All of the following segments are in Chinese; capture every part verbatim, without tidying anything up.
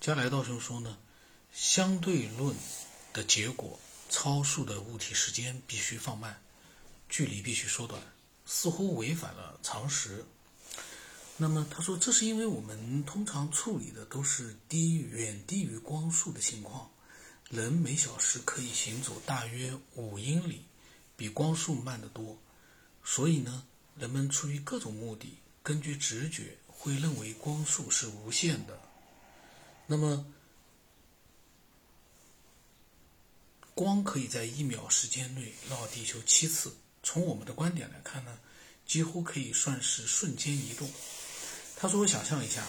加莱道兄说呢，相对论的结果，超速的物体时间必须放慢，距离必须缩短，似乎违反了常识。那么他说，这是因为我们通常处理的都是低远低于光速的情况，人每小时可以行走大约五英里，比光速慢得多。所以呢，人们出于各种目的，根据直觉会认为光速是无限的。那么光可以在一秒时间内绕地球七次，从我们的观点来看呢，几乎可以算是瞬间移动。他说，想象一下，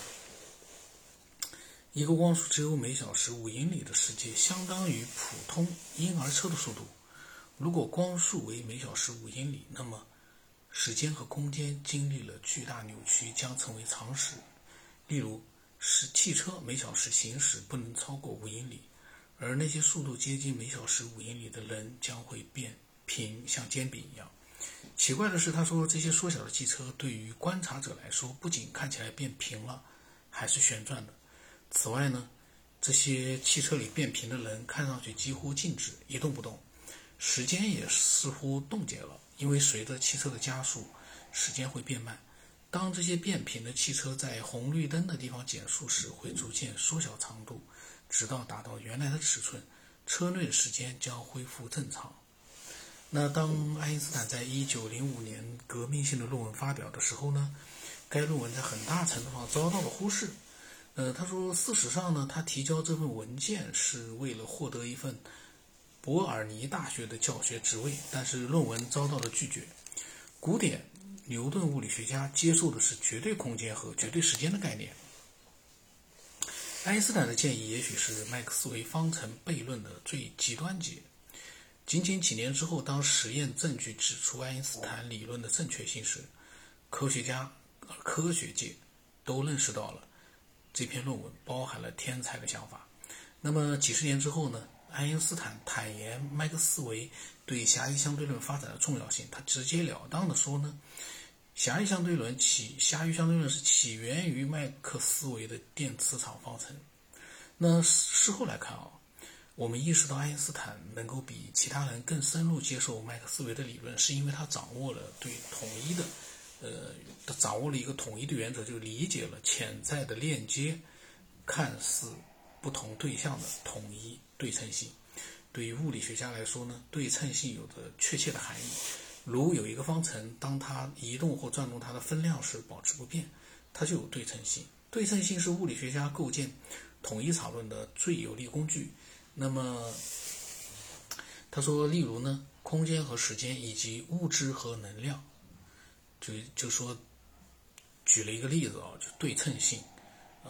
一个光速只有每小时五英里的世界，相当于普通婴儿车的速度。如果光速为每小时五英里，那么时间和空间经历了巨大扭曲，将成为常识。例如，是汽车每小时行驶不能超过五英里，而那些速度接近每小时五英里的人将会变平，像煎饼一样。奇怪的是，他说这些缩小的汽车对于观察者来说，不仅看起来变平了，还是旋转的。此外呢，这些汽车里变平的人看上去几乎静止，一动不动，时间也似乎冻结了，因为随着汽车的加速，时间会变慢。当这些变平的汽车在红绿灯的地方减速时，会逐渐缩小长度，直到达到原来的尺寸，车内的时间将恢复正常。那当爱因斯坦在一九零五年革命性的论文发表的时候呢，该论文在很大程度上遭到了忽视。呃，他说，事实上呢，他提交这份文件是为了获得一份伯尔尼大学的教学职位，但是论文遭到了拒绝。古典牛顿物理学家接受的是绝对空间和绝对时间的概念。爱因斯坦的建议也许是麦克斯韦方程悖论的最极端解。仅仅几年之后，当实验证据指出爱因斯坦理论的正确性时，科学家、科学界都认识到了这篇论文包含了天才的想法。那么几十年之后呢，爱因斯坦坦言麦克斯韦对狭义相对论发展的重要性。他直截了当地说呢，狭义相对论起狭义相对论是起源于麦克斯韦的电磁场方程。那事后来看啊，我们意识到爱因斯坦能够比其他人更深入接受麦克斯韦的理论，是因为他掌握了对统一的呃，他掌握了一个统一的原则，就理解了潜在的链接看似不同对象的统一对称性。对于物理学家来说呢，对称性有着确切的含义。如有一个方程，当它移动或转动它的分量时保持不变，它就有对称性。对称性是物理学家构建统一场论的最有力工具。那么他说，例如呢，空间和时间以及物质和能量，就就说举了一个例子啊，就对称性，呃，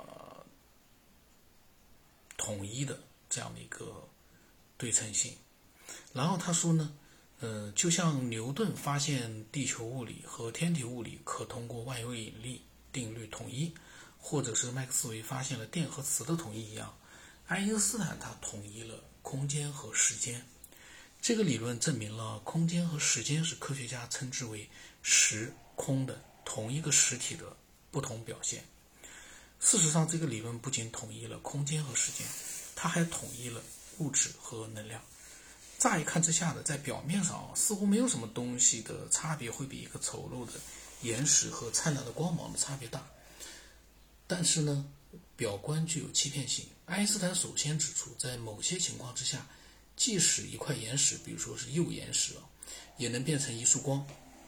统一的这样的一个对称性。然后他说呢，呃，就像牛顿发现地球物理和天体物理可通过万有引力定律统一，或者是麦克斯韦发现了电和磁的统一一样，爱因斯坦他统一了空间和时间。这个理论证明了空间和时间是科学家称之为时空的同一个实体的不同表现。事实上，这个理论不仅统一了空间和时间，它还统一了物质和能量。乍一看之下的，在表面上似乎没有什么东西的差别会比一个丑陋的岩石和灿烂的光芒的差别大。但是呢，表观具有欺骗性。爱因斯坦首先指出，在某些情况之下，即使一块岩石，比如说是铀岩石，也能变成一束光，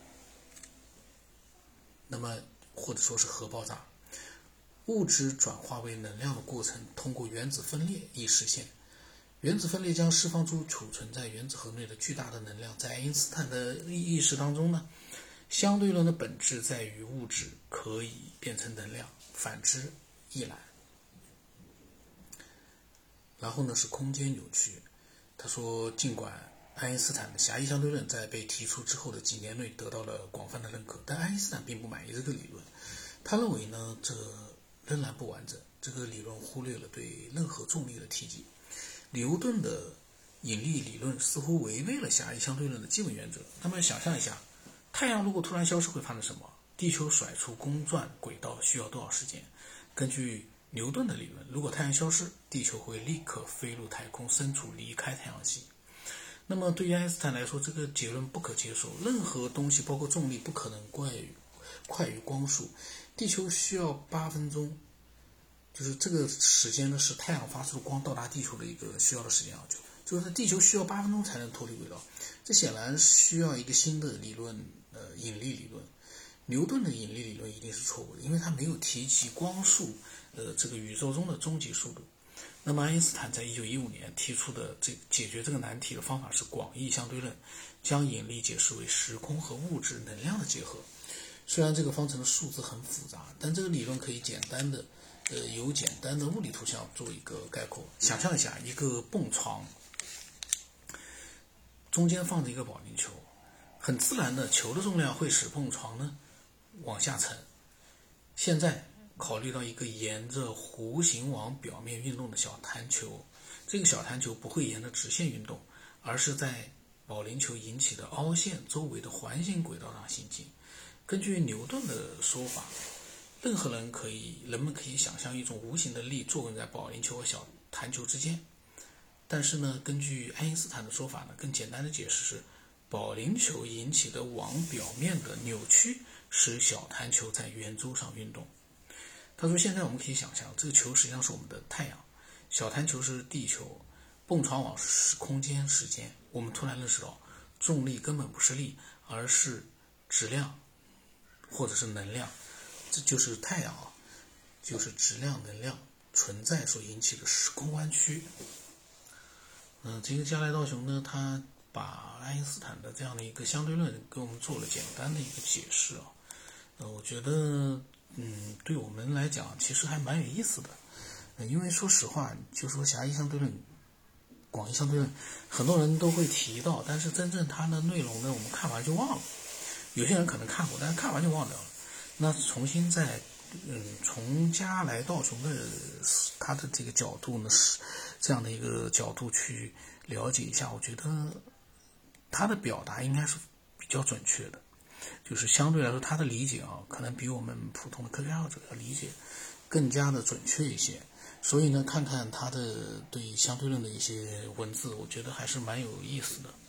那么或者说是核爆炸。物质转化为能量的过程通过原子分裂易实现。原子分裂将释放出储存在原子核内的巨大的能量。在爱因斯坦的意识当中呢，相对论的本质在于物质可以变成能量，反之亦然。然后呢是空间扭曲。他说，尽管爱因斯坦的狭义相对论在被提出之后的几年内得到了广泛的认可，但爱因斯坦并不满意这个理论。他认为呢，这仍然不完整，这个理论忽略了对任何重力的提及。牛顿的引力理论似乎违背了狭义相对论的基本原则。那么想象一下，太阳如果突然消失会发生什么？地球甩出公转轨道需要多少时间？根据牛顿的理论，如果太阳消失，地球会立刻飞入太空深处，离开太阳系。那么对于爱因斯坦来说，这个结论不可接受，任何东西包括重力不可能快于快于光速，地球需要八分钟，就是这个时间呢是太阳发出的光到达地球的一个需要的时间啊，就就是地球需要八分钟才能脱离轨道，这显然需要一个新的理论，呃，引力理论。牛顿的引力理论一定是错误的，因为他没有提及光速，呃，这个宇宙中的终极速度。那么爱因斯坦在一九一五年提出的这解决这个难题的方法是广义相对论，将引力解释为时空和物质能量的结合。虽然这个方程的数字很复杂，但这个理论可以简单的，呃，由简单的物理图像做一个概括。想象一下，一个蹦床，中间放着一个保龄球，很自然的，球的重量会使蹦床呢往下沉。现在考虑到一个沿着弧形往表面运动的小弹球，这个小弹球不会沿着直线运动，而是在保龄球引起的凹陷周围的环形轨道上行进。根据牛顿的说法，任何人可以人们可以想象一种无形的力作用在保龄球和小弹球之间。但是呢，根据爱因斯坦的说法呢，更简单的解释是，保龄球引起的往表面的扭曲使小弹球在圆周上运动。他说，现在我们可以想象，这个球实际上是我们的太阳，小弹球是地球，蹦床网是空间时间。我们突然认识到，重力根本不是力，而是质量或者是能量，这就是太阳啊，就是质量能量存在所引起的时空弯曲。嗯、呃，这个加莱道雄呢，他把爱因斯坦的这样的一个相对论给我们做了简单的一个解释啊。呃，我觉得，嗯，对我们来讲其实还蛮有意思的。呃、因为说实话，就说狭义相对论、广义相对论，很多人都会提到，但是真正它的内容呢，我们看完就忘了。有些人可能看过，但是看完就忘掉了。那重新再，嗯，从加莱道雄的他的这个角度呢，是这样的一个角度去了解一下，我觉得他的表达应该是比较准确的，就是相对来说他的理解啊，可能比我们普通的科学爱好者的理解更加的准确一些。所以呢，看看他的对相对论的一些文字，我觉得还是蛮有意思的。